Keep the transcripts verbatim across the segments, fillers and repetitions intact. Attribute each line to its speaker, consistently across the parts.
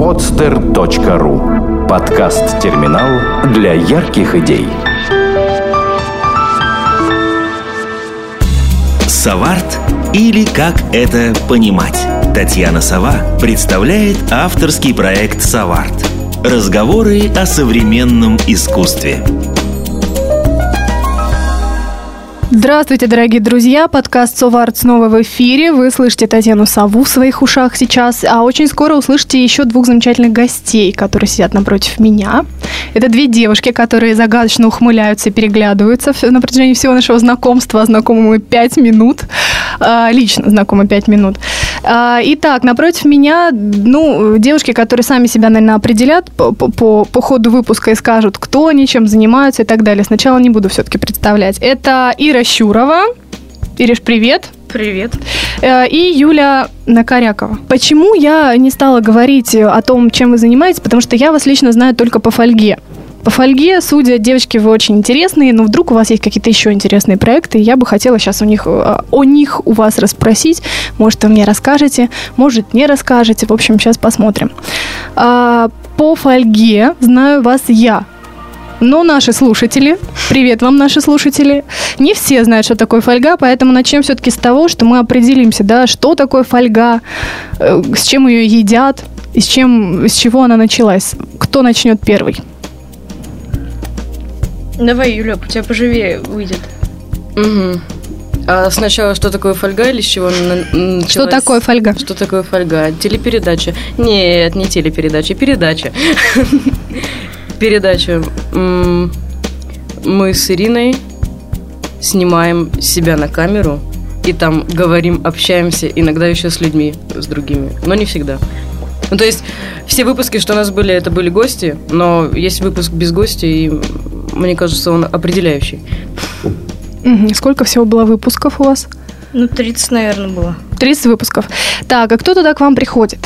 Speaker 1: подстер точка ру. Подкаст-терминал для ярких идей.
Speaker 2: Саварт или как это понимать? Татьяна Сова представляет авторский проект «Саварт». Разговоры о современном искусстве.
Speaker 3: Здравствуйте, дорогие друзья! Подкаст «Саварт» снова в эфире. Вы слышите Татьяну Сову в своих ушах сейчас, а очень скоро услышите еще двух замечательных гостей, которые сидят напротив меня. Это две девушки, которые загадочно ухмыляются и переглядываются на протяжении всего нашего знакомства. Знакомы мы пять минут. Лично знакомы пять минут. Итак, напротив меня, ну, девушки, которые сами себя, наверное, определят по, по, по ходу выпуска и скажут, кто они, чем занимаются и так далее. Сначала не буду все-таки представлять. Это Ира Щурова. Ириш, привет.
Speaker 4: Привет.
Speaker 3: И Юля Накорякова. Почему я не стала говорить о том, чем вы занимаетесь? Потому что я вас лично знаю только по фольге. По фольге, судя, девочки, вы очень интересные, но вдруг у вас есть какие-то еще интересные проекты, и я бы хотела сейчас у них, о них у вас расспросить. Может, вы мне расскажете, может, не расскажете. В общем, сейчас посмотрим. По фольге знаю вас я. Но наши слушатели, привет вам, наши слушатели, не все знают, что такое фольга, поэтому начнем все-таки с того, что мы определимся, да, что такое фольга, с чем ее едят, и с, чем, с чего она началась. Кто начнет первый?
Speaker 4: Давай, Юля, у тебя поживее выйдет.
Speaker 5: Угу. А сначала, что такое фольга или с чего началась?
Speaker 3: Что такое фольга?
Speaker 5: Что такое фольга? Телепередача. Нет, не телепередача, передача. Передача. Мы с Ириной снимаем себя на камеру и там говорим, общаемся, иногда еще с людьми, с другими, но не всегда. Ну, то есть все выпуски, что у нас были, это были гости, но есть выпуск без гостей, и мне кажется, он определяющий.
Speaker 3: Угу. Сколько всего было выпусков у вас?
Speaker 4: Ну, тридцать, наверное, было.
Speaker 3: тридцать выпусков. Так, а кто туда к вам приходит?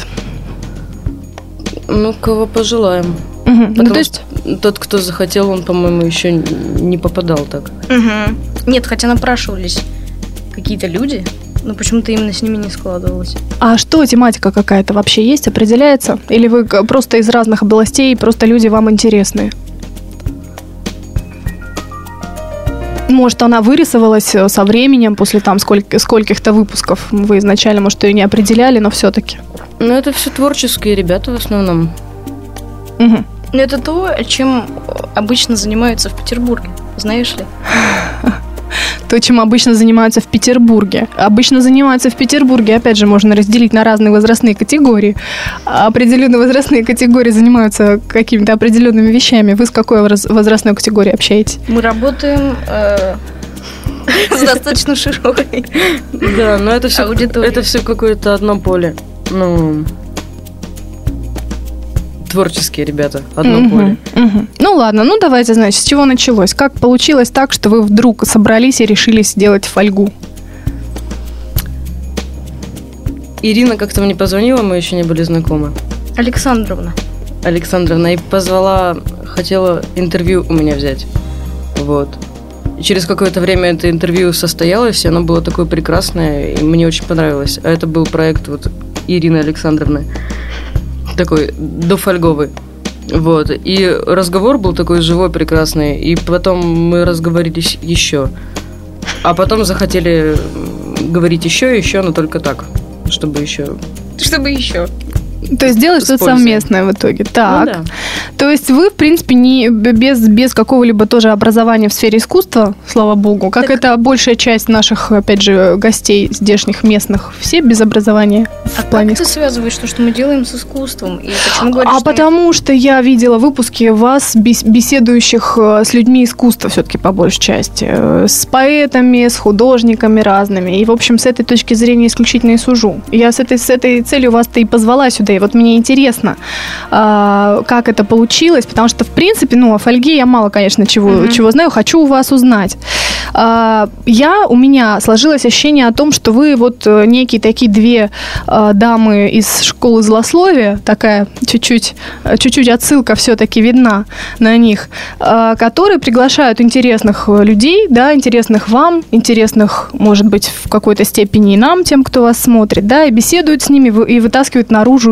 Speaker 5: Ну, кого пожелаем.
Speaker 3: Угу.
Speaker 5: Потому
Speaker 3: ну, то есть...
Speaker 5: что тот, кто захотел, он, по-моему, еще не попадал так.
Speaker 4: Угу. Нет, хотя напрашивались какие-то люди, но почему-то именно с ними не складывалось.
Speaker 3: А что, тематика какая-то вообще есть, определяется? Или вы просто из разных областей, просто люди вам интересные? Может, она вырисовалась со временем, после там сколь- скольких-то выпусков? Вы изначально, может, ее не определяли, но все-таки.
Speaker 5: Ну, это все творческие ребята в основном.
Speaker 3: Угу.
Speaker 4: Это то, чем обычно занимаются в Петербурге, знаешь ли?
Speaker 3: То, чем обычно занимаются в Петербурге. Обычно занимаются в Петербурге, опять же, можно разделить на разные возрастные категории. Определенные возрастные категории занимаются какими-то определенными вещами. Вы с какой возрастной категорией общаетесь?
Speaker 4: Мы работаем э, с достаточно широкой.
Speaker 5: Да, но это все, это все какое-то одно поле. Ну... Творческие ребята, одно uh-huh, поле.
Speaker 3: Uh-huh. Ну ладно, ну давайте, значит, с чего началось? Как получилось так, что вы вдруг собрались и решили сделать фольгу?
Speaker 5: Ирина как-то мне позвонила, мы еще не были знакомы.
Speaker 4: Александровна.
Speaker 5: Александровна, и позвала, хотела интервью у меня взять. Вот. И через какое-то время это интервью состоялось, и оно было такое прекрасное, и мне очень понравилось. А это был проект вот Ирины Александровны. Такой дофольговый. Вот. И разговор был такой живой, прекрасный. И потом мы разговорились еще. А потом захотели говорить еще и еще, но только так. Чтобы еще...
Speaker 4: Чтобы еще...
Speaker 3: То есть сделать что-то совместное в итоге. Так. Ну, да. То есть вы, в принципе, не без, без какого-либо тоже образования в сфере искусства, слава богу, как так... это большая часть наших, опять же, гостей здешних, местных, все без образования в
Speaker 4: а
Speaker 3: плане.
Speaker 4: Как ты связываешь то, что мы делаем с искусством? И почему говоришь,
Speaker 3: а
Speaker 4: что
Speaker 3: потому
Speaker 4: мы...
Speaker 3: что я видела выпуски вас, беседующих с людьми искусства все-таки по большей части, с поэтами, с художниками разными. И, в общем, с этой точки зрения исключительно и сужу. Я с этой, с этой целью вас-то и позвала сюда. И вот мне интересно, как это получилось, потому что, в принципе, ну, о фольге я мало, конечно, чего, mm-hmm. чего знаю, хочу у вас узнать. Я, у меня сложилось ощущение о том, что вы вот некие такие две дамы из школы злословия, такая чуть-чуть, чуть-чуть отсылка все-таки видна на них, которые приглашают интересных людей, да, интересных вам, интересных, может быть, в какой-то степени и нам, тем, кто вас смотрит, да, и беседуют с ними и вытаскивают наружу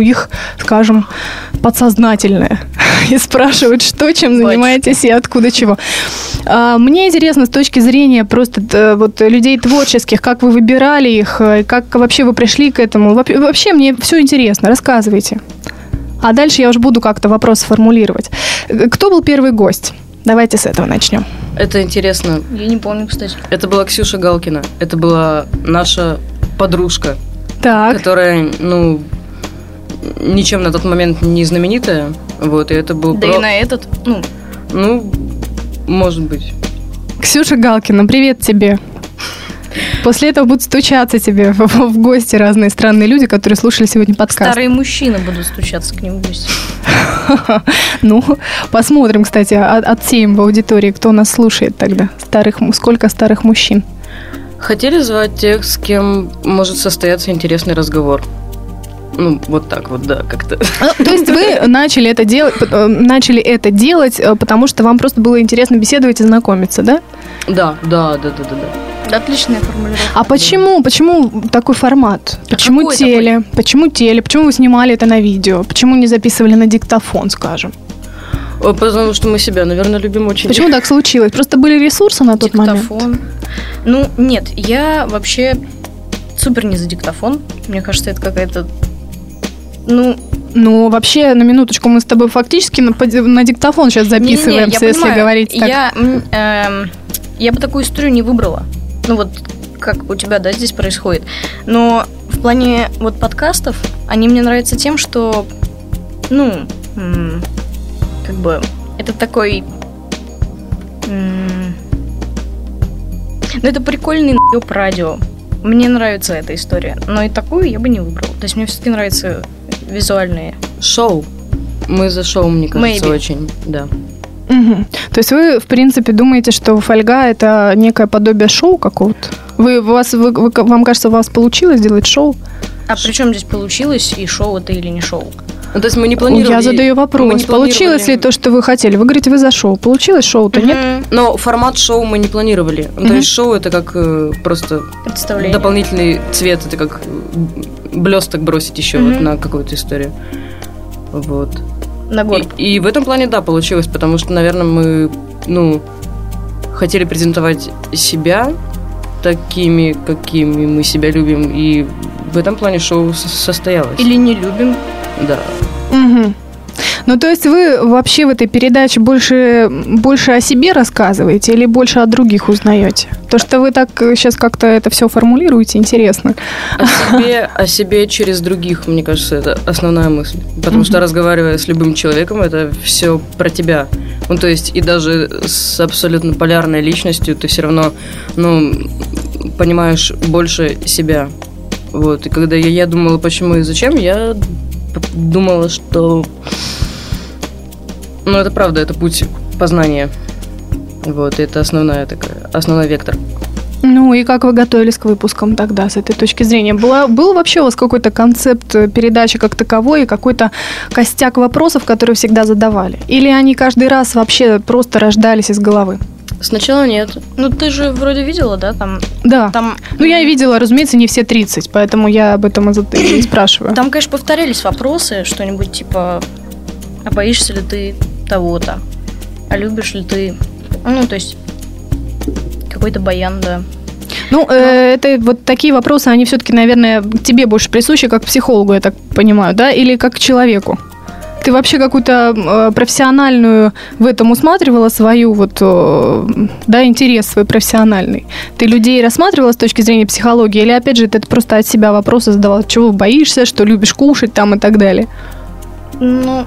Speaker 3: их, скажем, подсознательное и спрашивают, что, чем занимаетесь и откуда чего. Мне интересно с точки зрения просто вот людей творческих, как вы выбирали их, как вообще вы пришли к этому. Вообще мне все интересно, рассказывайте. А дальше я уже буду как-то вопрос формулировать. Кто был первый гость? Давайте с этого начнем.
Speaker 5: Это интересно.
Speaker 4: Я не помню, кстати.
Speaker 5: Это была Ксюша Галкина. Это была наша подружка,
Speaker 3: так.
Speaker 5: которая, ну, ничем на тот момент не знаменитая. Вот, и это был...
Speaker 4: Да про... и на этот, ну...
Speaker 5: Ну, может быть.
Speaker 3: Ксюша Галкина, привет тебе. После этого будут стучаться тебе в, в гости разные странные люди, которые слушали сегодня подкаст.
Speaker 4: Старые мужчины будут стучаться к ним в гости.
Speaker 3: Ну, посмотрим, кстати, отсеем в аудитории, кто нас слушает тогда. Старых, сколько старых мужчин?
Speaker 5: Хотели звать тех, с кем может состояться интересный разговор. Ну, вот так вот, да, как-то.
Speaker 3: То есть вы начали это делать, начали это делать, потому что вам просто было интересно беседовать и знакомиться, да?
Speaker 5: Да, да, да, да, да, да.
Speaker 4: Да, отличная формулировка.
Speaker 3: А почему, почему такой формат? Почему а теле? Такой? Почему теле? Почему вы снимали это на видео? Почему не записывали на диктофон, скажем?
Speaker 5: Потому что мы себя, наверное, любим очень.
Speaker 3: Почему так случилось? Просто были ресурсы на тот
Speaker 4: диктофон.
Speaker 3: момент?
Speaker 4: Ну, нет, я вообще супер не за диктофон. Мне кажется, это какая-то... Ну,
Speaker 3: ну, вообще, на минуточку, мы с тобой фактически на, на диктофон сейчас записываемся,
Speaker 4: не, не,
Speaker 3: если
Speaker 4: понимаю,
Speaker 3: говорить так.
Speaker 4: Я, э, я бы такую историю не выбрала. Ну, вот как у тебя, да, здесь происходит. Но в плане вот подкастов, они мне нравятся тем, что, ну, м- как бы, это такой... М- ну, это прикольный наёб радио. Мне нравится эта история. Но и такую я бы не выбрала. То есть мне все-таки нравятся визуальные.
Speaker 5: Шоу. Мы за шоу, мне кажется,
Speaker 4: Maybe.
Speaker 5: очень, да.
Speaker 3: Угу. То есть вы, в принципе, думаете, что фольга – это некое подобие шоу какого-то? Вы, вас, вы, вы, вам кажется, у вас получилось сделать шоу?
Speaker 4: А при чем здесь получилось, и шоу это или не шоу?
Speaker 5: Ну, то есть мы не планировали...
Speaker 3: Я задаю вопрос. Получилось ли то, что вы хотели? Вы говорите, вы за шоу. Получилось шоу-то,
Speaker 4: mm-hmm.
Speaker 3: нет?
Speaker 5: Но формат шоу мы не планировали. Mm-hmm. То есть шоу – это как э, просто дополнительный цвет, это как блесток бросить еще mm-hmm. вот на какую-то историю. Вот.
Speaker 4: На горб.
Speaker 5: И, и в этом плане, да, получилось, потому что, наверное, мы, ну, хотели презентовать себя такими, какими мы себя любим, и в этом плане шоу состоялось.
Speaker 4: Или не любим.
Speaker 5: Да.
Speaker 3: Угу. Ну, то есть вы вообще в этой передаче больше, больше о себе рассказываете или больше о других узнаете? То, что вы так сейчас как-то это все формулируете, интересно.
Speaker 5: О себе, о себе через других, мне кажется, это основная мысль. Потому mm-hmm. что, разговаривая с любым человеком, это все про тебя. Ну, то есть, и даже с абсолютно полярной личностью ты все равно, ну, понимаешь больше себя. Вот. И когда я, я думала, почему и зачем, я думала, что... Ну, это правда, это путь познания. Вот, это основная такая, основной вектор.
Speaker 3: Ну, и как вы готовились к выпускам тогда, с этой точки зрения? Была, был вообще у вас какой-то концепт передачи как таковой и какой-то костяк вопросов, которые всегда задавали? Или они каждый раз вообще просто рождались из головы?
Speaker 5: Сначала нет.
Speaker 4: Ну, ты же вроде видела, да, там?
Speaker 3: Да.
Speaker 4: Там...
Speaker 3: Ну, я и видела, разумеется, не все тридцать, поэтому я об этом и спрашиваю.
Speaker 4: Там, конечно, повторялись вопросы, что-нибудь типа, а боишься ли ты того-то? А любишь ли ты... Ну, то есть, какой-то баян, да.
Speaker 3: Ну, э, это вот такие вопросы, они все-таки, наверное, тебе больше присущи, как психологу, я так понимаю, да? Или как к человеку? Ты вообще какую-то э, профессиональную в этом усматривала свою, вот, э, да, интерес свой профессиональный? Ты людей рассматривала с точки зрения психологии? Или, опять же, ты просто от себя вопросы задавала, чего боишься, что любишь кушать там и так далее?
Speaker 4: Ну...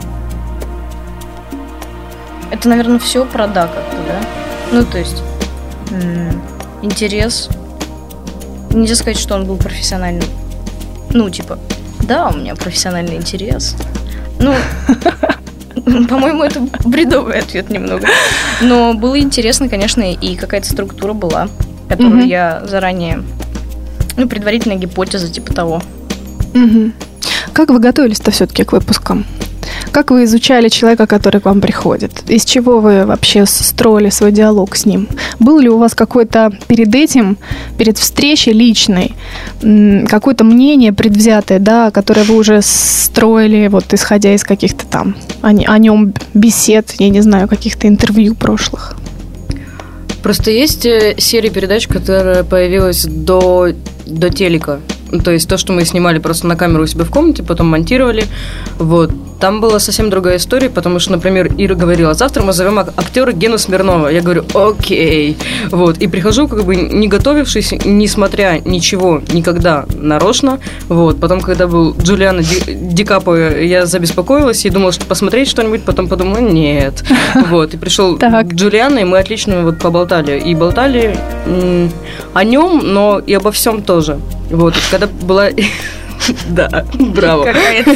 Speaker 4: Это, наверное, все про да как-то, да? Ну, то есть, м- интерес. Нельзя сказать, что он был профессиональным. Ну, типа, да, у меня профессиональный интерес. Ну, по-моему, это бредовый ответ немного. Но было интересно, конечно, и какая-то структура была, которую mm-hmm. я заранее... Ну, предварительная гипотеза, типа того.
Speaker 3: Mm-hmm. Как вы готовились-то все-таки к выпускам? Как вы изучали человека, который к вам приходит? Из чего вы вообще строили свой диалог с ним? Был ли у вас какой-то перед этим, перед встречей личной, какое-то мнение предвзятое, да, которое вы уже строили, вот исходя из каких-то там о, о нем бесед, я не знаю, каких-то интервью прошлых?
Speaker 5: Просто есть серия передач, которая появилась до, до телека. То есть то, что мы снимали просто на камеру у себя в комнате, потом монтировали. Вот. Там была совсем другая история, потому что, например, Ира говорила: завтра мы зовем актера Гену Смирнова. Я говорю: окей. Вот. И прихожу, как бы не готовившись, не смотря ничего никогда нарочно. Вот. Потом, когда был Джулиано Ди, Ди Каприо, я забеспокоилась и думала, что посмотреть что-нибудь, потом подумала: нет. Вот. И пришел Джулиано, и мы отлично вот поболтали. И болтали м- о нем, но и обо всем тоже. Вот. Когда была... Да, браво.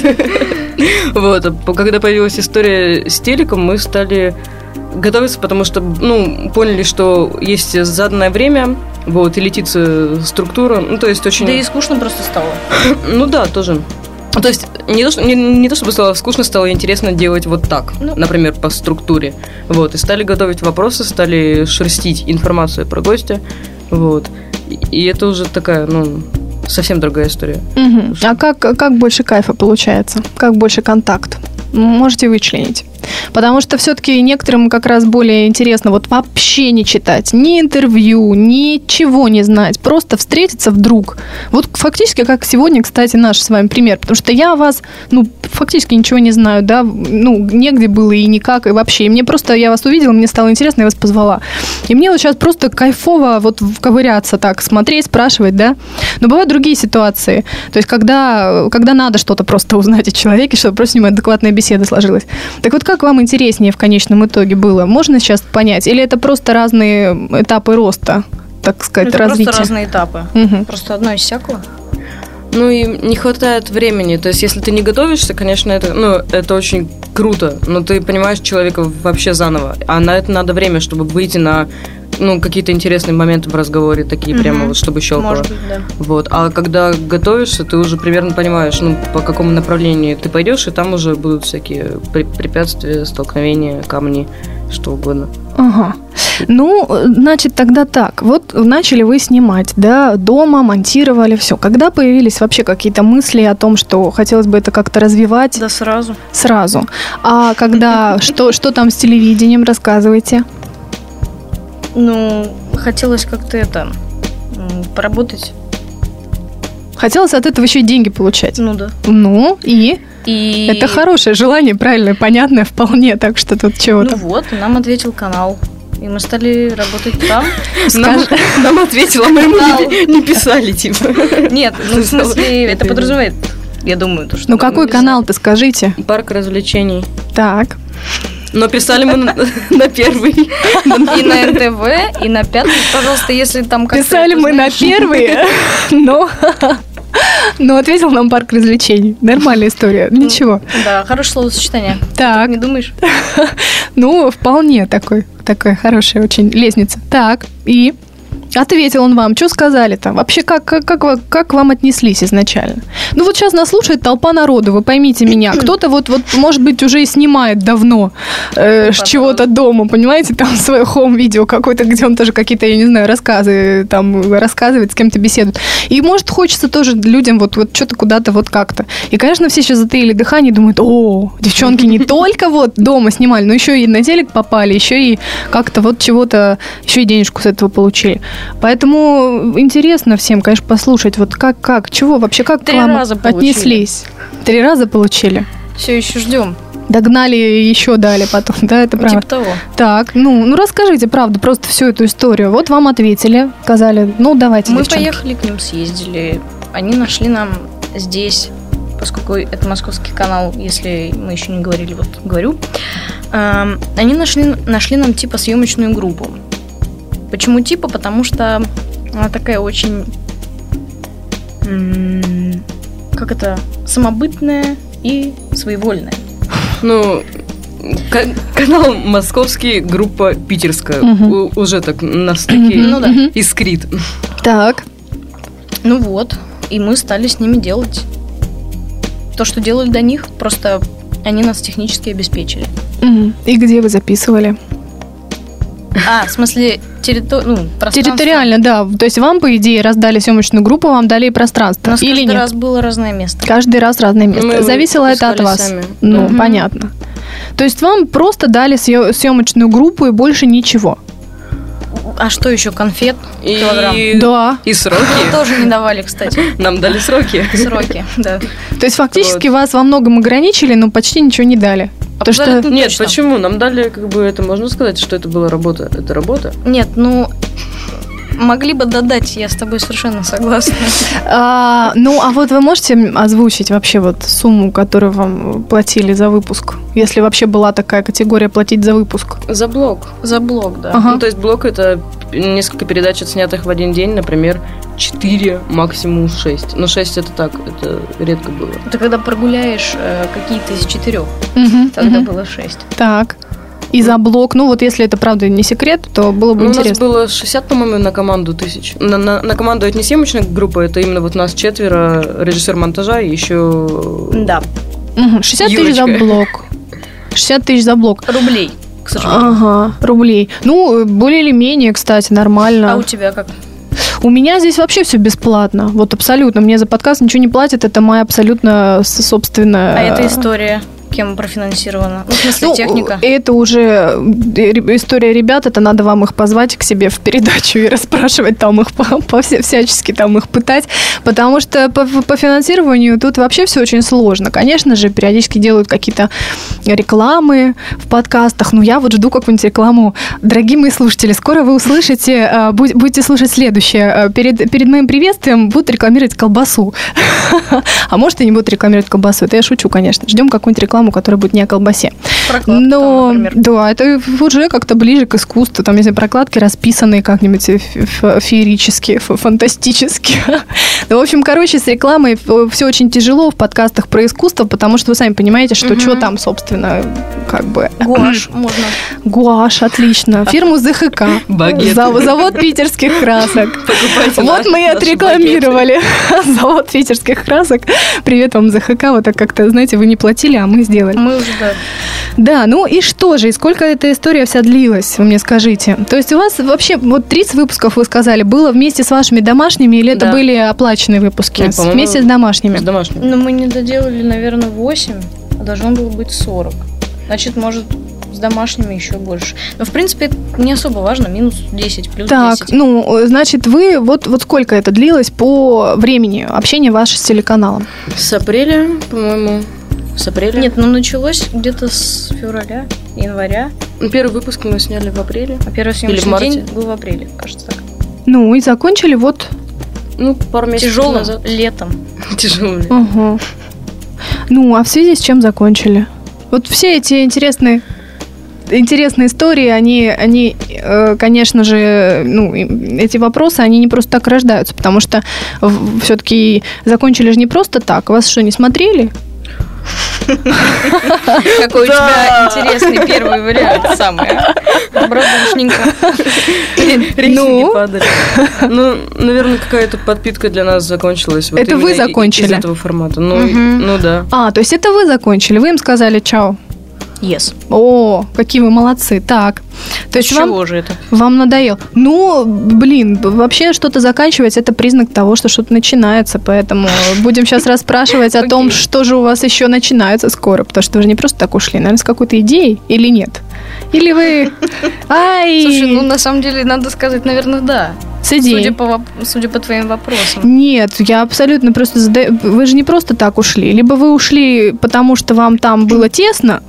Speaker 5: Вот, когда появилась история с телеком, мы стали готовиться, потому что, ну, поняли, что есть заданное время, вот, и летит структура, ну, то есть очень...
Speaker 4: Да и скучно просто стало.
Speaker 5: Ну да, тоже. То есть не то, что, не, не то чтобы стало скучно, стало интересно делать вот так, ну, например, по структуре. Вот, и стали готовить вопросы, стали шерстить информацию про гостя, вот. И, и это уже такая, ну... совсем другая история.
Speaker 3: Угу. А как, как больше кайфа получается? Как больше контакт? Можете вычленить? Потому что все-таки некоторым как раз более интересно вот вообще не читать, ни интервью, ничего не знать, просто встретиться вдруг. Вот фактически, как сегодня, кстати, наш с вами пример, потому что я о вас, ну, фактически ничего не знаю, да, ну, негде было и никак, и вообще. И мне просто, я вас увидела, мне стало интересно, я вас позвала. И мне вот сейчас просто кайфово вот ковыряться так, смотреть, спрашивать, да. Но бывают другие ситуации, то есть когда, когда надо что-то просто узнать о человеке, чтобы просто с ним адекватная беседа сложилась. Так вот, как вам интереснее в конечном итоге было? Можно сейчас понять? Или это просто разные этапы роста, так сказать,
Speaker 4: это
Speaker 3: развития?
Speaker 4: Просто разные этапы.
Speaker 3: Угу.
Speaker 4: Просто одно из всякого.
Speaker 5: Ну и не хватает времени. То есть, если ты не готовишься, конечно, это, ну, это очень круто. Но ты понимаешь человека вообще заново. А на это надо время, чтобы выйти на, ну, какие-то интересные моменты в разговоре, такие угу. прямо вот, чтобы щелкало.
Speaker 4: Может быть, да.
Speaker 5: Вот. А когда готовишься, ты уже примерно понимаешь, ну, по какому направлению ты пойдешь, и там уже будут всякие препятствия, столкновения, камни, что угодно.
Speaker 3: Ага. Ну, значит, тогда так. Вот начали вы снимать, да, дома, монтировали, все. Когда появились вообще какие-то мысли о том, что хотелось бы это как-то развивать?
Speaker 4: Да сразу.
Speaker 3: Сразу. А когда, что, что там с телевидением, рассказывайте.
Speaker 4: Ну, хотелось как-то это, поработать.
Speaker 3: Хотелось от этого еще и деньги получать.
Speaker 4: Ну да.
Speaker 3: Ну, и?
Speaker 4: И...
Speaker 3: Это хорошее желание, правильное, понятное вполне, так что тут чего-то.
Speaker 4: Ну вот, нам ответил канал. И мы стали работать там.
Speaker 5: Нам, нам ответила, мы ему не, не писали, типа.
Speaker 4: Нет, ну в смысле, это подразумевает, я думаю, то, что...
Speaker 3: Ну какой канал-то, скажите?
Speaker 5: Парк развлечений.
Speaker 3: Так.
Speaker 5: Но писали мы на, на первый.
Speaker 4: И на эн тэ вэ, и на пятый. Пожалуйста, если там как-то...
Speaker 3: Писали мы на первый, но... Ну, ответил нам парк развлечений. Нормальная история. Ничего.
Speaker 4: Да, хорошее словосочетание.
Speaker 3: Так.
Speaker 4: Не думаешь?
Speaker 3: Ну, вполне такой. Такая хорошая очень лестница. Так, и... Ответил он вам, что сказали-то? Вообще, как, как, как, как к вам отнеслись изначально? Ну, вот сейчас нас слушает толпа народу, вы поймите меня. Кто-то вот, вот может быть, уже и снимает давно э, чего-то дома, понимаете? Там свое хоум-видео какое-то, где он тоже какие-то, я не знаю, рассказы там рассказывает, с кем-то беседует. И, может, хочется тоже людям вот, вот что-то куда-то вот как-то. И, конечно, все сейчас затаили дыхание и думают: о, девчонки не только вот дома снимали, но еще и на телек попали, еще и как-то вот чего-то, еще и денежку с этого получили. Поэтому интересно всем, конечно, послушать, вот как, как, чего вообще, как
Speaker 4: Три
Speaker 3: к вам
Speaker 4: раза
Speaker 3: отнеслись. Три раза получили?
Speaker 4: Все еще ждем.
Speaker 3: Догнали, еще дали потом, да, это правда?
Speaker 4: Типа того.
Speaker 3: Так, ну, ну расскажите, правда, просто всю эту историю. Вот вам ответили, сказали, ну, давайте,
Speaker 4: Мы
Speaker 3: девчонки.
Speaker 4: поехали к ним, съездили. Они нашли нам здесь, поскольку это московский канал, если мы еще не говорили, вот говорю. Эм, они нашли, нашли нам типа съемочную группу. Почему типа? Потому что она такая очень, м- как это, самобытная и своевольная.
Speaker 5: Ну, к- канал московский, группа питерская.
Speaker 3: Угу.
Speaker 5: У- уже так на стыке
Speaker 4: Ну да.
Speaker 5: искрит.
Speaker 3: Так.
Speaker 4: Ну вот, и мы стали с ними делать то, что делали до них, просто Они нас технически обеспечили.
Speaker 3: Мгм. И где вы записывали?
Speaker 4: А, в смысле, территор... ну, пространство.
Speaker 3: Территориально, да. То есть вам, по идее, раздали съемочную группу, вам дали и
Speaker 4: У
Speaker 3: пространство.
Speaker 4: нас
Speaker 3: Или
Speaker 4: каждый
Speaker 3: нет?
Speaker 4: раз было разное место.
Speaker 3: Каждый раз разное место.
Speaker 5: Мы
Speaker 3: Зависело это от
Speaker 5: искали
Speaker 3: вас.
Speaker 5: сами.
Speaker 3: Ну,
Speaker 4: Мгм.
Speaker 3: понятно. То есть вам просто дали съё- съемочную группу и больше ничего.
Speaker 4: А что еще? Конфет? Килограмм.
Speaker 5: И,
Speaker 3: Да.
Speaker 5: и сроки.
Speaker 4: Тоже не давали, кстати.
Speaker 5: Нам дали сроки.
Speaker 4: Сроки, да.
Speaker 3: То есть фактически вас во многом ограничили, но почти ничего не дали. Потому что...
Speaker 4: Абсолютно
Speaker 5: Нет,
Speaker 4: точно.
Speaker 5: почему? Нам дали, как бы, это можно сказать, что это была работа. Это работа.
Speaker 4: Нет, ну... Могли бы додать, я с тобой совершенно согласна.
Speaker 3: А, ну, а вот вы можете озвучить вообще вот сумму, которую вам платили за выпуск? Если вообще была такая категория платить за выпуск.
Speaker 5: За блок.
Speaker 4: За блок, да.
Speaker 3: Ага.
Speaker 5: Ну, то есть блок это несколько передач, отснятых в один день, например, четыре, максимум шесть. Но шесть это так, это редко было.
Speaker 4: Ты когда прогуляешь э, какие-то из четырех,
Speaker 3: Мгм,
Speaker 4: тогда
Speaker 3: мгм.
Speaker 4: было шесть.
Speaker 3: Так. И за блок, ну вот если это правда не секрет, то было бы
Speaker 5: Ну, у нас
Speaker 3: интересно.
Speaker 5: было шестьдесят, по-моему, на команду тысяч. На, на, на команду это не съемочная группа, это именно вот нас четверо, режиссер монтажа и еще...
Speaker 4: Да,
Speaker 3: Мгм, шестьдесят тысяч за
Speaker 5: Юрочка.
Speaker 3: блок. шестьдесят тысяч за блок.
Speaker 4: рублей, к сожалению.
Speaker 3: Ага, рублей. Ну, более или менее, кстати, нормально.
Speaker 4: А у тебя как?
Speaker 3: У меня здесь вообще все бесплатно. Вот абсолютно. Мне за подкаст ничего не платят. Это моя абсолютно с- собственная...
Speaker 4: А это история кем профинансирована? Ну, в смысле,
Speaker 3: Ну,
Speaker 4: техника?
Speaker 3: это уже э, ре- история ребят, это надо вам их позвать к себе в передачу и расспрашивать там их, по, по вся- всячески там их пытать, потому что по, по финансированию тут вообще все очень сложно. Конечно же, периодически делают какие-то рекламы в подкастах, но я вот жду какую-нибудь рекламу. Дорогие мои слушатели, скоро вы услышите, э, будь- будете слушать следующее. Э, Перед, перед моим приветствием будут рекламировать колбасу. А может, и не будут рекламировать колбасу. Это я шучу, конечно. Ждем какую-нибудь рекламу, которая будет не о колбасе.
Speaker 4: Прокладки
Speaker 3: Но,
Speaker 4: там, например.
Speaker 3: да, это уже как-то ближе к искусству. Там, если прокладки расписанные как-нибудь фе- фе- феерически, ф- фантастически. Ну, в общем, короче, с рекламой все очень тяжело в подкастах про искусство, потому что вы сами понимаете, что
Speaker 4: Мгм.
Speaker 3: что там, собственно, как бы...
Speaker 4: Гуашь можно.
Speaker 3: Гуашь, отлично. Фирму ЗХК.
Speaker 5: Багеты.
Speaker 3: Зав- Завод питерских красок.
Speaker 5: Покупайте
Speaker 3: Вот
Speaker 5: на-
Speaker 3: мы и
Speaker 5: наши
Speaker 3: отрекламировали завод питерских красок. Привет вам, ЗХК. Вот так как-то, знаете, вы не платили, а мы сделали.
Speaker 4: Мы уже, да.
Speaker 3: Да, ну и что же, и сколько эта история вся длилась, вы мне скажите? То есть у вас вообще, вот тридцать выпусков, вы сказали, было вместе с вашими домашними, или это
Speaker 5: Да.
Speaker 3: были оплаченные выпуски?
Speaker 5: Нет, по-моему,
Speaker 3: Вместе с домашними?
Speaker 5: С домашним.
Speaker 4: Но мы не доделали, наверное, восемь, а должно было быть сорок. Значит, может, с домашними еще больше. Но, в принципе, это не особо важно. Минус десять, плюс
Speaker 3: Так,
Speaker 4: десять.
Speaker 3: ну, значит, вы, вот, вот сколько это длилось по времени общения ваше с телеканалом?
Speaker 5: С апреля, по-моему, с апреля.
Speaker 4: Нет, ну началось где-то с февраля, января.
Speaker 5: Ну, первый выпуск мы сняли в апреле.
Speaker 4: А первый
Speaker 5: Или в
Speaker 4: съемочный
Speaker 5: марте.
Speaker 4: день был в апреле, кажется так.
Speaker 3: Ну, и закончили вот...
Speaker 5: Ну, пару месяцев
Speaker 4: Тяжелым
Speaker 5: назад.
Speaker 4: летом.
Speaker 5: Тяжелым.
Speaker 3: Ага. Ну, а в связи с чем закончили? Вот все эти интересные... Интересные истории, они, они э, конечно же, ну, и- эти вопросы, они не просто так рождаются, потому что все-таки закончили же не просто так. Вас что, не смотрели?
Speaker 4: Какой у тебя интересный первый вариант самый. а? Добродушненько.
Speaker 5: Рейтинги
Speaker 3: Ну?
Speaker 5: падали. Ну, наверное, какая-то подпитка для нас закончилась. Вот
Speaker 3: Это вы
Speaker 5: именно и-
Speaker 3: закончили?
Speaker 5: Из этого формата. Ну,
Speaker 4: Мгм.
Speaker 5: ну да.
Speaker 3: А, то есть это вы закончили, вы им сказали чао.
Speaker 4: Yes.
Speaker 3: О, какие вы молодцы. Так, то есть вам,
Speaker 4: Чего же это?
Speaker 3: вам надоел. Ну, блин, б- вообще что-то заканчивать, это признак того, что что-то начинается, поэтому будем сейчас расспрашивать о том,
Speaker 4: Окей.
Speaker 3: что же у вас еще начинается скоро, потому что вы же не просто так ушли, наверное, с какой-то идеей или нет? Или вы... Ай!
Speaker 4: Слушай, ну на самом деле надо сказать, наверное, да.
Speaker 3: с идеей.
Speaker 4: Судя по, воп- судя по твоим вопросам.
Speaker 3: Нет, я абсолютно просто задаю... Вы же не просто так ушли. Либо вы ушли, потому что вам там было тесно,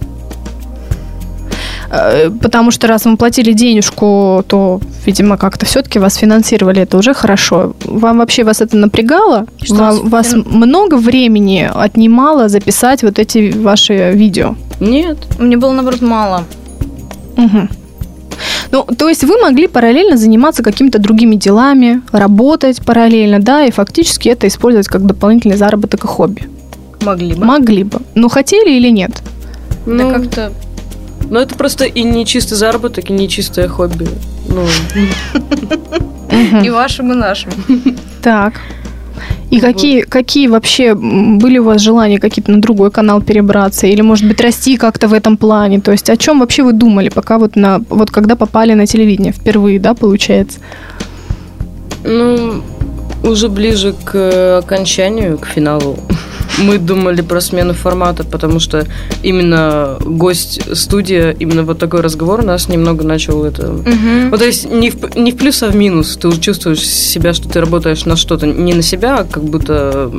Speaker 3: э, потому что раз вам платили денежку, то, видимо, как-то все-таки вас финансировали, это уже хорошо. Вам вообще вас это напрягало?
Speaker 4: Что
Speaker 3: Вам-
Speaker 4: вас
Speaker 3: вас
Speaker 4: фин-
Speaker 3: много времени отнимало записать вот эти ваши видео?
Speaker 5: Нет.
Speaker 4: Мне было, наоборот, мало.
Speaker 3: Мгм. Ну, то есть вы могли параллельно заниматься какими-то другими делами, работать параллельно, да, и фактически это использовать как дополнительный заработок и хобби.
Speaker 4: Могли бы.
Speaker 3: Могли бы. Но хотели или нет?
Speaker 4: Да
Speaker 5: Ну,
Speaker 4: как-то...
Speaker 5: ну, это просто и не чистый заработок, и не чистое хобби. Ну,
Speaker 3: Мгм.
Speaker 4: И вашим, и нашим.
Speaker 3: Так. И вот. какие, какие вообще были у вас желания какие-то на другой канал перебраться? Или, может быть, расти как-то в этом плане? То есть о чем вообще вы думали, пока вот, на, вот когда попали на телевидение впервые, да, получается?
Speaker 5: Ну, уже ближе к окончанию, к финалу, мы думали про смену формата, потому что именно гость-студия, именно вот такой разговор нас немного начал это... Угу. Ну, то есть не в, не в плюс, а в минус. Ты уже чувствуешь себя, что ты работаешь на что-то, не на себя, а как будто...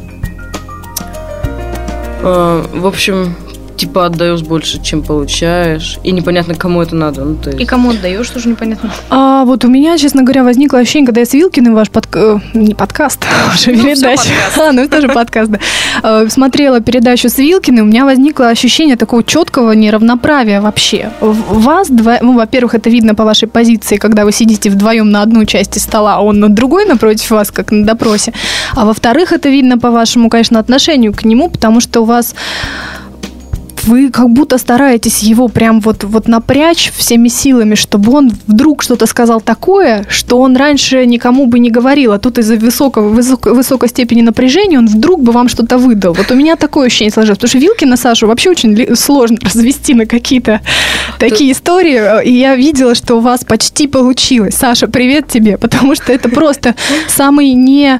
Speaker 5: Э, в общем... Типа отдаешь больше, чем получаешь, и непонятно, кому это надо. Ну, то есть...
Speaker 4: И кому отдаешь, тоже непонятно.
Speaker 3: А вот у меня, честно говоря, возникло ощущение, когда я с Вилкиным ваш под... не подкаст, а уже ну, передача. А, ну это тоже подкаст, да. Смотрела передачу с Вилкиным, у меня возникло ощущение такого четкого неравноправия вообще. Вас, два... ну, во-первых, это видно по вашей позиции, когда вы сидите вдвоем на одной части стола, а он на другой напротив вас, как на допросе. А во-вторых, это видно по вашему, конечно, отношению к нему, потому что у вас... Вы как будто стараетесь его прям вот, вот напрячь всеми силами, чтобы он вдруг что-то сказал такое, что он раньше никому бы не говорил, а тут из-за высокого, высокой, высокой степени напряжения он вдруг бы вам что-то выдал. Вот у меня такое ощущение сложилось, потому что Вилкина Сашу вообще очень сложно развести на какие-то такие истории, и я видела, что у вас почти получилось. Саша, привет тебе, потому что это просто самый не...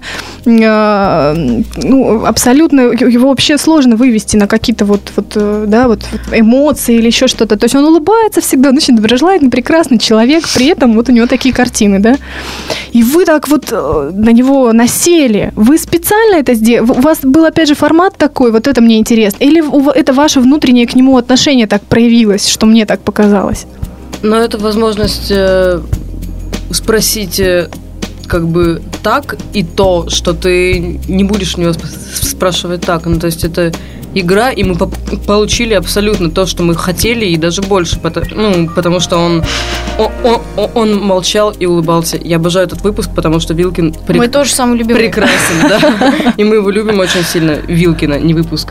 Speaker 3: Ну, абсолютно его вообще сложно вывести на какие-то вот... вот да, вот эмоции или еще что-то. То есть он улыбается всегда, он очень доброжелательный, прекрасный человек, при этом вот у него такие картины, да. И вы так вот на него насели. Вы специально это сделали? У вас был, опять же, формат такой, вот это мне интересно. Или это ваше внутреннее к нему отношение так проявилось, что мне так показалось?
Speaker 5: Ну, это возможность э, спросить... Э, как бы так и то, что ты не будешь у него спрашивать так. Ну, то есть это игра, и мы по- получили абсолютно то, что мы хотели, и даже больше. Потому, ну, потому что он, он, он, он молчал и улыбался. Я обожаю этот выпуск, потому что Вилкин прек...
Speaker 4: мы тоже самый любимый.
Speaker 5: Прекрасен, да. И мы его любим очень сильно. Вилкина, не выпуск.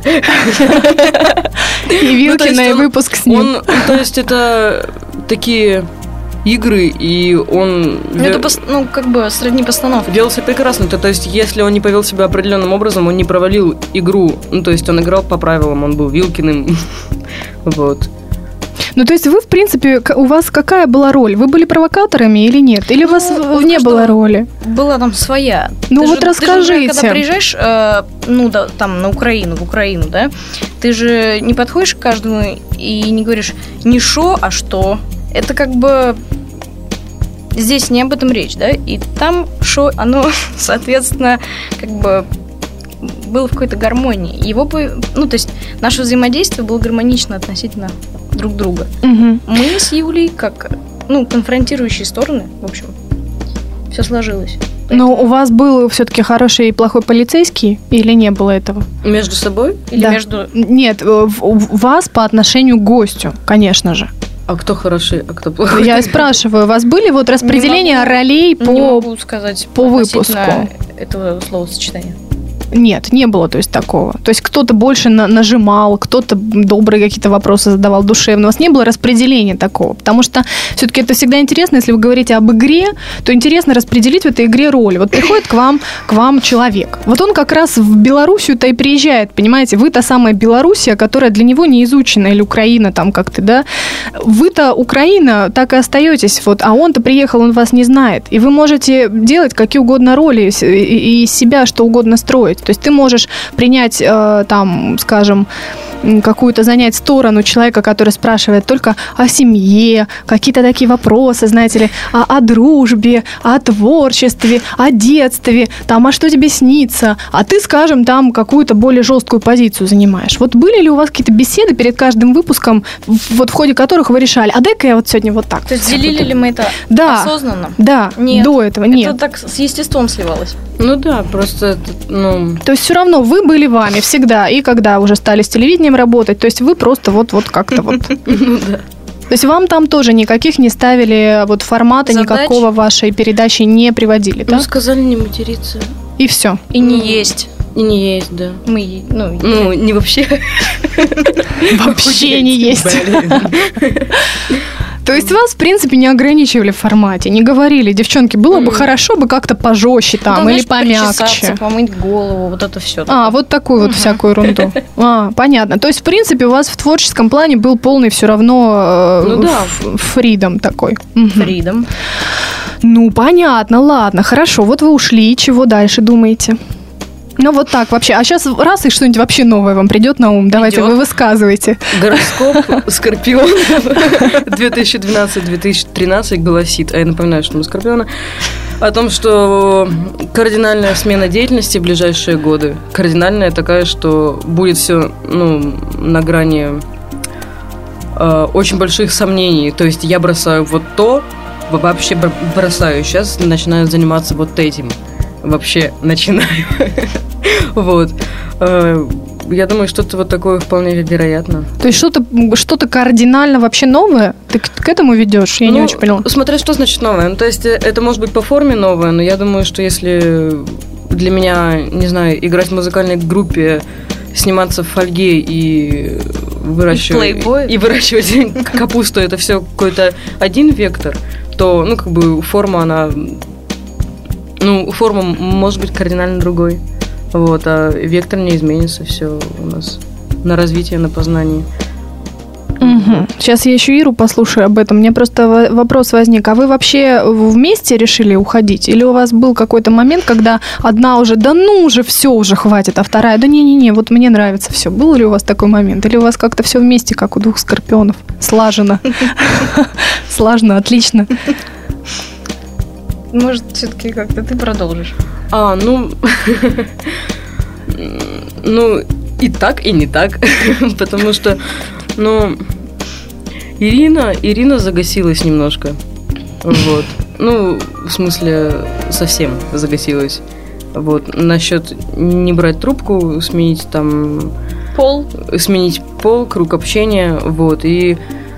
Speaker 3: И Вилкина, и выпуск с ним.
Speaker 5: То есть это такие... игры, и он...
Speaker 4: Ну, это, ну, как бы, средний постановки.
Speaker 5: Делал себя прекрасно. То, то есть, если он не повел себя определенным образом, он не провалил игру. Ну, то есть, он играл по правилам, он был Вилкиным. Вот.
Speaker 3: Ну, то есть, вы, в принципе, у вас какая была роль? Вы были провокаторами или нет? Или ну, у вас не было роли?
Speaker 4: Была там своя.
Speaker 3: Ну,
Speaker 4: ты
Speaker 3: вот
Speaker 4: же,
Speaker 3: расскажите.
Speaker 4: Ты же, когда приезжаешь, э, ну, да, там, на Украину, в Украину, да, ты же не подходишь к каждому и не говоришь не шо, а что. Это как бы... Здесь не об этом речь, да? И там шо, оно, соответственно, как бы было в какой-то гармонии. Его бы... Ну, то есть наше взаимодействие было гармонично относительно друг друга. Угу. Мы с Юлей, как, ну, конфронтирующие стороны, в общем, все сложилось.
Speaker 3: Поэтому... Но у вас был все-таки хороший и плохой полицейский или не было этого?
Speaker 5: Между собой?
Speaker 4: Или
Speaker 3: да.
Speaker 4: между...
Speaker 3: Нет, в вас по отношению к гостю, конечно же.
Speaker 5: А кто хороший, а кто плохой?
Speaker 3: Я спрашиваю, у вас были вот распределения
Speaker 4: могу,
Speaker 3: ролей по,
Speaker 4: не могу сказать
Speaker 3: по выпуску?
Speaker 4: Этого словосочетания.
Speaker 3: Нет, не было, то есть, такого. То есть кто-то больше на- нажимал, кто-то добрые какие-то вопросы задавал, душевные. У вас не было распределения такого, потому что все-таки это всегда интересно, если вы говорите об игре, то интересно распределить в этой игре роли. Вот приходит к вам, к вам человек. Вот он как раз в Белоруссию-то и приезжает, понимаете? Вы та самая Белоруссия, которая для него не изучена, или Украина там как-то, да? Вы-то Украина, так и остаетесь, вот, а он-то приехал, он вас не знает. И вы можете делать какие угодно роли и из себя что угодно строить. То есть ты можешь принять, э, там, скажем, какую-то занять сторону человека, который спрашивает только о семье, какие-то такие вопросы, знаете ли, о, о дружбе, о творчестве, о детстве, там, а что тебе снится, а ты, скажем, там какую-то более жесткую позицию занимаешь. Вот были ли у вас какие-то беседы перед каждым выпуском, вот в ходе которых вы решали, а дай-ка я вот сегодня вот так.
Speaker 4: То есть делили ли мы это
Speaker 3: да,
Speaker 4: осознанно?
Speaker 3: Да,
Speaker 4: нет,
Speaker 3: до этого нет.
Speaker 4: Это так с естеством сливалось.
Speaker 5: Ну да, просто, ну...
Speaker 3: То есть все равно вы были вами всегда, и когда уже стали с телевидением работать, то есть вы просто вот-вот как-то вот...
Speaker 5: Ну да.
Speaker 3: То есть вам там тоже никаких не ставили, вот формата
Speaker 4: задач?
Speaker 3: Никакого вашей передачи не приводили, да?
Speaker 5: Ну, сказали не материться.
Speaker 3: И все.
Speaker 4: И не есть.
Speaker 5: И не есть, да.
Speaker 4: Мы, ну,
Speaker 5: ну не вообще.
Speaker 3: Вообще не есть. То есть вас, в принципе, не ограничивали в формате, не говорили, девчонки, было бы хорошо бы как-то пожестче там, или помягче.
Speaker 4: Помыть голову, вот это все.
Speaker 3: А, вот такую вот всякую ерунду. А, понятно. То есть, в принципе, у вас в творческом плане был полный все равно
Speaker 5: Ну да.
Speaker 3: фридом такой.
Speaker 4: Фридом.
Speaker 3: Ну, понятно, ладно, хорошо. Вот вы ушли, чего дальше думаете? Ну, вот так вообще. А сейчас раз и что-нибудь вообще новое вам придет на ум. Давайте
Speaker 5: Придет.
Speaker 3: вы высказывайте.
Speaker 5: Гороскоп Скорпион две тысячи двенадцатый - две тысячи тринадцатый гласит, а я напоминаю, что мы Скорпиона, о том, что кардинальная смена деятельности в ближайшие годы. Кардинальная такая, что будет все ну, на грани э, очень больших сомнений. То есть я бросаю вот то, вообще бросаю. Сейчас начинаю заниматься вот этим. Вообще начинаю. Вот. Я думаю, что-то вот такое вполне вероятно.
Speaker 3: То есть что-то, что-то кардинально вообще новое? Ты к, к этому ведешь? Я
Speaker 5: ну,
Speaker 3: не очень поняла.
Speaker 5: Смотря что значит новое. Ну, то есть это может быть по форме новое, но я думаю, что если для меня, не знаю, играть в музыкальной группе, сниматься в фольге и выращивать, и, и выращивать капусту, это все какой-то один вектор, то, ну, как бы форма, она... Ну, форма может быть кардинально другой. Вот, а вектор не изменится, все у нас на развитие, на познание.
Speaker 3: Угу. Сейчас я еще Иру послушаю об этом. У меня просто вопрос возник. А вы вообще вместе решили уходить? Или у вас был какой-то момент, когда одна уже, да ну уже, все уже хватит, а вторая, да не-не-не, вот мне нравится все. Был ли у вас такой момент? Или у вас как-то все вместе, как у двух скорпионов? Слажено. Слажено, отлично.
Speaker 4: Может, все-таки как-то ты продолжишь?
Speaker 5: А, ну... Ну, и так, и не так. Потому что, ну... Ирина... Ирина загасилась немножко. Вот. Ну, в смысле, совсем загасилась. Вот. Насчет не брать трубку, сменить там...
Speaker 4: Пол.
Speaker 5: Сменить пол, круг общения. Вот. И...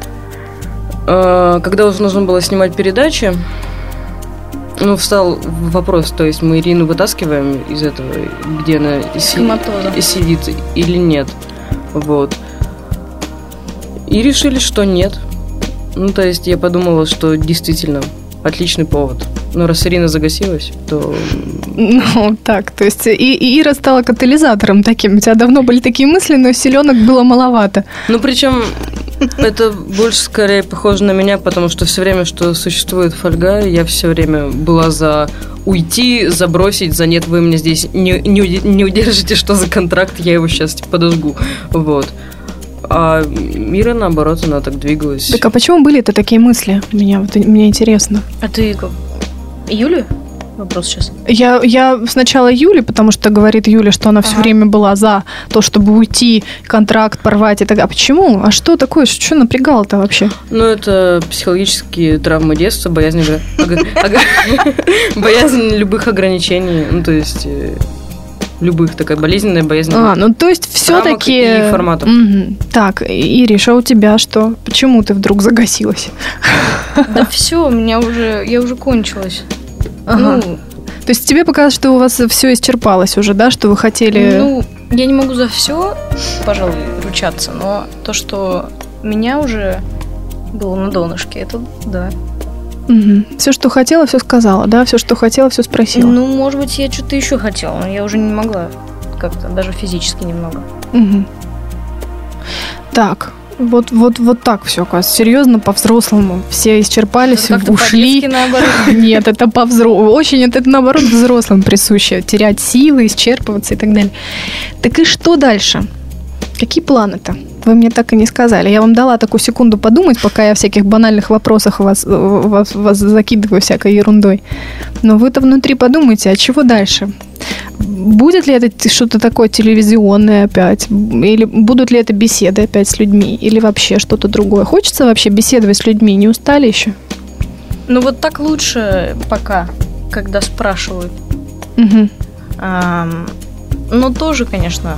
Speaker 5: Э, когда уже нужно было снимать передачи, ну, встал вопрос, то есть мы Ирину вытаскиваем из этого, где она си- сидит или нет. Вот. И решили, что нет. Ну, то есть я подумала, что действительно отличный повод. Но раз Ирина загасилась, то...
Speaker 3: Ну, так, то есть и, и Ира стала катализатором таким. У тебя давно были такие мысли, но селенок было маловато.
Speaker 5: Ну, причем... Это больше скорее похоже на меня, потому что все время, что существует фольга, я все время была за уйти, забросить, за нет, вы меня здесь не, не, не удержите, что за контракт, я его сейчас типа, подожгу. Вот. А Ира, наоборот, она так двигалась.
Speaker 3: Так а почему были-то такие мысли? Меня, вот, мне интересно.
Speaker 4: А ты как? Юля? Вопрос сейчас.
Speaker 3: Я, я сначала Юле, потому что говорит Юля, что она все ага. время была за то, чтобы уйти, контракт порвать и так далее. А почему? А что такое? Что напрягало-то вообще?
Speaker 5: Ну, это психологические травмы детства, боязнь, боязнь любых ограничений. Ну, то есть... Любых, такая болезненная боязнь.
Speaker 3: А, ну то есть все-таки...
Speaker 5: И форматов.
Speaker 3: Угу. Так, Ириша, у тебя что? Почему ты вдруг загасилась?
Speaker 4: Да все, у меня уже... Я уже кончилась.
Speaker 3: Ага. Ну, то есть тебе показалось, что у вас все исчерпалось уже, да, что вы хотели...
Speaker 4: Ну, я не могу за все, пожалуй, ручаться, но то, что меня уже было на донышке, это да.
Speaker 3: Угу. Все, что хотела, все сказала, да? Все, что хотела, все спросила.
Speaker 4: Ну, может быть, я что-то еще хотела, но я уже не могла как-то, даже физически немного.
Speaker 3: Угу. Так, вот, вот, вот так все, оказывается. Серьезно, по-взрослому. Все исчерпались,
Speaker 4: это
Speaker 3: ушли.
Speaker 4: По-детски, наоборот.
Speaker 3: Нет, это по-взрослому. Очень это, наоборот, взрослым присуще. Терять силы, исчерпываться и так далее. Так и что дальше? Какие планы-то? Вы мне так и не сказали. Я вам дала такую секунду подумать, пока я в всяких банальных вопросах вас, вас, вас закидываю всякой ерундой. Но вы-то внутри подумайте, а чего дальше? Будет ли это что-то такое телевизионное опять? Или будут ли это беседы опять с людьми? Или вообще что-то другое? Хочется вообще беседовать с людьми? Не устали еще?
Speaker 4: Ну вот так лучше пока, когда спрашивают.
Speaker 3: Угу.
Speaker 4: А, но тоже, конечно...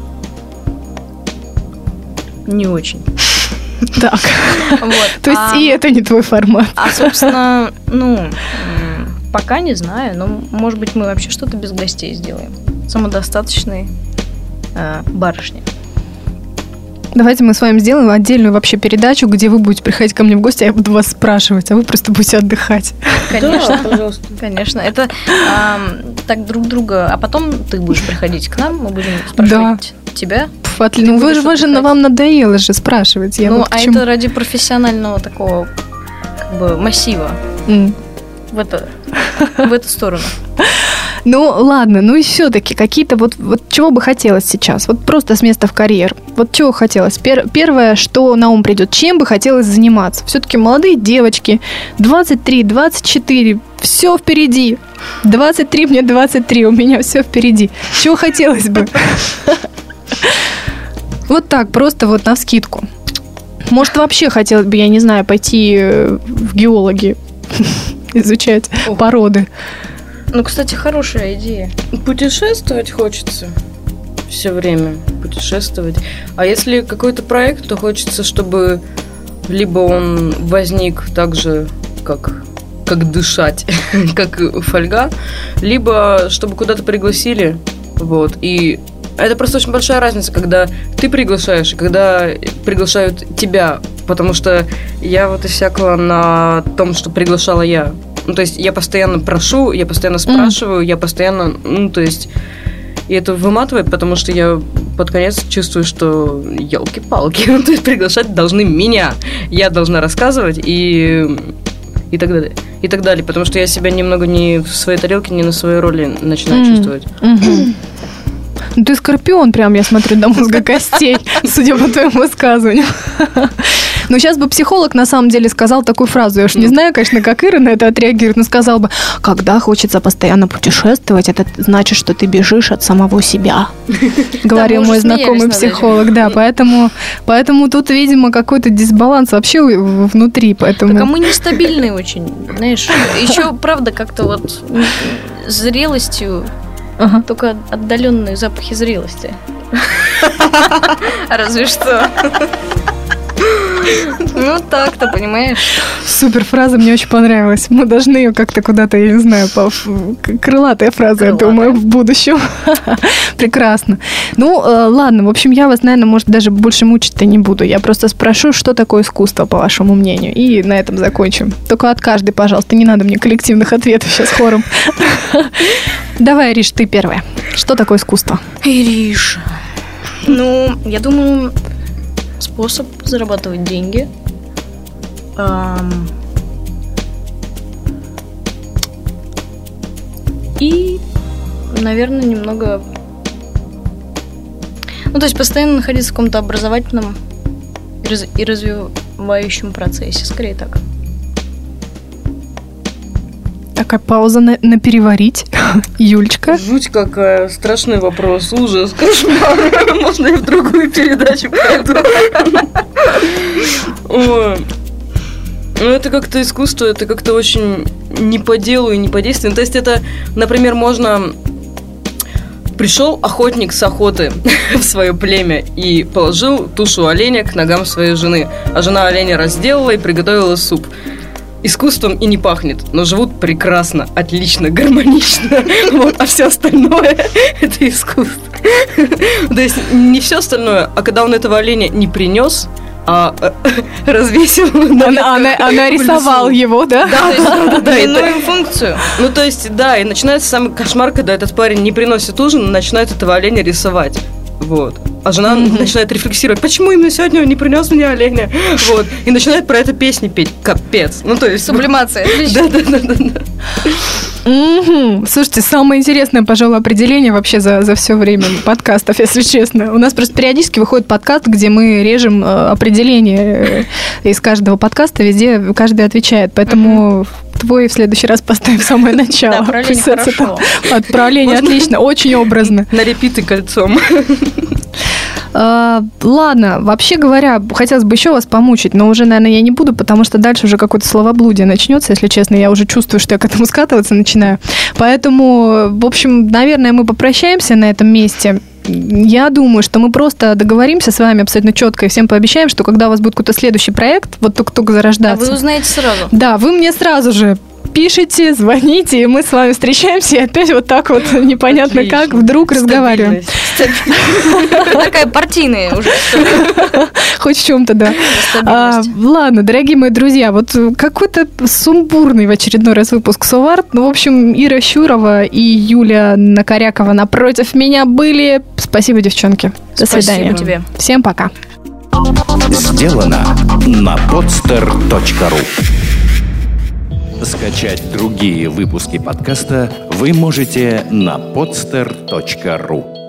Speaker 4: Не очень.
Speaker 3: Так.
Speaker 4: Вот.
Speaker 3: То есть
Speaker 4: а,
Speaker 3: и это не твой формат.
Speaker 4: А, собственно, ну, пока не знаю, но, может быть, мы вообще что-то без гостей сделаем. Самодостаточные э, барышни.
Speaker 3: Давайте мы с вами сделаем отдельную вообще передачу, где вы будете приходить ко мне в гости, а я буду вас спрашивать, а вы просто будете отдыхать.
Speaker 4: Конечно, да, пожалуйста. Конечно. Это а, так друг друга. А потом ты будешь приходить к нам, мы будем спрашивать да. тебя.
Speaker 3: Пф, ну вы же, вы же вам надоело же спрашивать. Я
Speaker 4: ну,
Speaker 3: вот
Speaker 4: а почему? Это ради профессионального такого как бы массива. Mm. В, это, в эту сторону.
Speaker 3: Ну, ладно, ну и все-таки какие-то вот, вот чего бы хотелось сейчас? Вот просто с места в карьер. Вот чего хотелось? Пер, первое, что на ум придет, чем бы хотелось заниматься? Все-таки молодые девочки, двадцать три, двадцать четыре, все впереди. двадцать три, мне двадцать три, у меня все впереди. Чего хотелось бы? Вот так, просто вот навскидку. Может, вообще хотелось бы, я не знаю, пойти в геологи, изучать О. породы.
Speaker 4: Ну, кстати, хорошая идея.
Speaker 5: Путешествовать хочется все время. Путешествовать. А если какой-то проект, то хочется, чтобы либо он возник так же, как, как дышать, как фольга, либо чтобы куда-то пригласили. Вот. И это просто очень большая разница, когда ты приглашаешь, и когда приглашают тебя. Потому что я вот иссякла на том, что приглашала я. Ну, то есть я постоянно прошу, я постоянно спрашиваю, mm. я постоянно, ну, то есть, и это выматывает, потому что я под конец чувствую, что елки-палки, ну, то есть приглашать должны меня, я должна рассказывать и, и так далее, и так далее, потому что я себя немного не в своей тарелке, не на своей роли начинаю mm. чувствовать.
Speaker 3: Mm-hmm. Ну, ты скорпион, прям, я смотрю, до мозга костей, судя по твоему высказыванию. Но сейчас бы психолог, на самом деле, сказал такую фразу. Я уж не знаю, конечно, как Ира на это отреагирует, но сказал бы, когда хочется постоянно путешествовать, это значит, что ты бежишь от самого себя. Говорил мой знакомый психолог. Да, поэтому, поэтому тут, видимо, какой-то дисбаланс вообще внутри. Поэтому...
Speaker 4: Так, а мы нестабильные очень, знаешь. Еще, правда, как-то вот зрелостью... Ага. Только отдаленные запахи зрелости. Разве что. Ну так-то, понимаешь?
Speaker 3: Супер фраза, мне очень понравилась. Мы должны ее как-то куда-то, я не знаю, по... крылатая фраза, Крылатая. Я думаю, в будущем. Прекрасно. Ну, ладно, в общем, я вас, наверное, может, даже больше мучить-то не буду. Я просто спрошу, что такое искусство, по вашему мнению, и на этом закончим. Только от каждой, пожалуйста, не надо мне коллективных ответов сейчас хором. Давай, Ириш, ты первая. Что такое искусство?
Speaker 4: Ириш. Ну, я думаю... способ зарабатывать деньги. Эм... И, наверное, немного... Ну, то есть постоянно находиться в каком-то образовательном и развивающем процессе. Скорее так.
Speaker 3: Такая пауза на, на переварить. Юлечка.
Speaker 5: Жуть какая. Страшный вопрос. Ужас. Кошмар. Можно я в другую передачу пойду? Ну, это как-то искусство, это как-то очень не по делу и не по действию. То есть это, например, можно... Пришел охотник с охоты в свое племя и положил тушу оленя к ногам своей жены. А жена оленя разделала и приготовила суп. Искусством и не пахнет, но живут прекрасно, отлично, гармонично. Вот, а все остальное – это искусство. То есть не все остальное, а когда он этого оленя не принес, а развесил...
Speaker 3: Она, она, она рисовал его, да?
Speaker 4: Да, да, да, да. Иную функцию.
Speaker 5: Ну, то есть, да, и начинается самый кошмар, когда этот парень не приносит ужин, и начинает этого оленя рисовать. Вот. А жена mm-hmm. начинает рефлексировать, почему именно сегодня он не принес мне оленя? Вот. И начинает про это песни петь. Капец. Ну, то есть...
Speaker 4: Сублимация.
Speaker 5: Да, да, да, да, да.
Speaker 3: Mm-hmm. Слушайте, самое интересное, пожалуй, определение вообще за, за все время подкастов, если честно. У нас просто периодически выходит подкаст, где мы режем э, определение из каждого подкаста, везде каждый отвечает. Поэтому mm-hmm. твой в следующий раз поставим самое начало.
Speaker 4: Да, отправление хорошо.
Speaker 3: Отправление отлично, очень образно.
Speaker 5: На репиты кольцом.
Speaker 3: Uh, ладно, вообще говоря, хотелось бы еще вас помучить, но уже, наверное, я не буду, потому что дальше уже какое-то словоблудие начнется, если честно. Я уже чувствую, что я к этому скатываться начинаю. Поэтому, в общем, наверное, мы попрощаемся на этом месте. Я думаю, что мы просто договоримся с вами абсолютно четко и всем пообещаем, что когда у вас будет какой-то следующий проект, вот только-только зарождаться...
Speaker 4: А вы узнаете сразу.
Speaker 3: Да, вы мне сразу же пишите, звоните, и мы с вами встречаемся, и опять вот так вот непонятно
Speaker 5: Отлично.
Speaker 3: как вдруг разговариваем.
Speaker 4: Такая партийная уже.
Speaker 3: Хоть в чем-то, да. А, ладно, дорогие мои друзья, вот какой-то сумбурный в очередной раз выпуск Соварт. Ну, в общем, Ира Щурова и Юля Накорякова напротив меня были. Спасибо, девчонки. До свидания.
Speaker 4: Спасибо тебе.
Speaker 3: Всем пока.
Speaker 1: Сделано на podster точка ру. Скачать другие выпуски подкаста вы можете на podster точка ру.